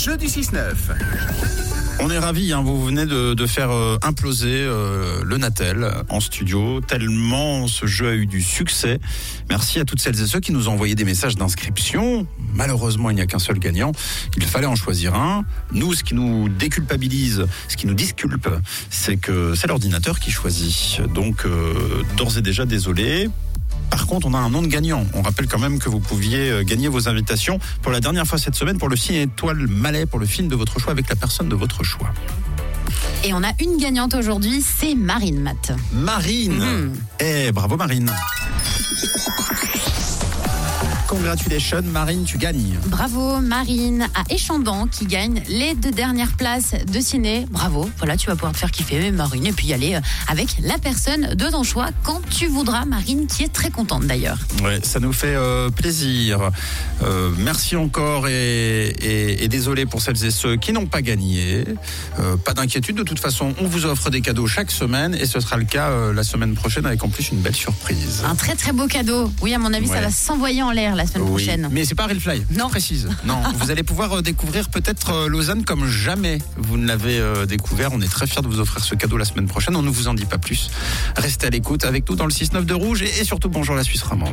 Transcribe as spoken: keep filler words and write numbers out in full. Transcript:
jeu du six neuf. On est ravis, hein, vous venez de, de faire euh, imploser euh, le Natel en studio, tellement ce jeu a eu du succès. Merci à toutes celles et ceux qui nous ont envoyé des messages d'inscription. Malheureusement, il n'y a qu'un seul gagnant. Il fallait en choisir un. Nous, ce qui nous déculpabilise, ce qui nous disculpe, c'est que c'est l'ordinateur qui choisit. Donc, euh, d'ores et déjà, désolé. Par contre, on a un nom de gagnant. On rappelle quand même que vous pouviez gagner vos invitations pour la dernière fois cette semaine pour le Ciné Étoile Malais, pour le film de votre choix avec la personne de votre choix. Et on a une gagnante aujourd'hui, c'est Marine, Matt. Marine mmh. Eh, bravo Marine. Congratulations Marine, tu gagnes. Bravo Marine, à Échandon qui gagne les deux dernières places de ciné. Bravo, voilà, tu vas pouvoir te faire kiffer Marine et puis y aller avec la personne de ton choix quand tu voudras. Marine qui est très contente d'ailleurs. Ouais, ça nous fait euh, plaisir. Euh, merci encore et, et, et désolé pour celles et ceux qui n'ont pas gagné. Euh, pas d'inquiétude, de toute façon, on vous offre des cadeaux chaque semaine et ce sera le cas euh, la semaine prochaine avec en plus une belle surprise. Un très très beau cadeau. Oui, à mon avis, ouais. Ça va s'envoyer en l'air la semaine oui, prochaine. Mais c'est pas Railfly. Non. Précise. Non, vous allez pouvoir euh, découvrir peut-être euh, Lausanne comme jamais vous ne l'avez euh, découvert. On est très fiers de vous offrir ce cadeau la semaine prochaine. On ne vous en dit pas plus. Restez à l'écoute avec nous dans le six neuf de Rouge et, et surtout bonjour la Suisse romande.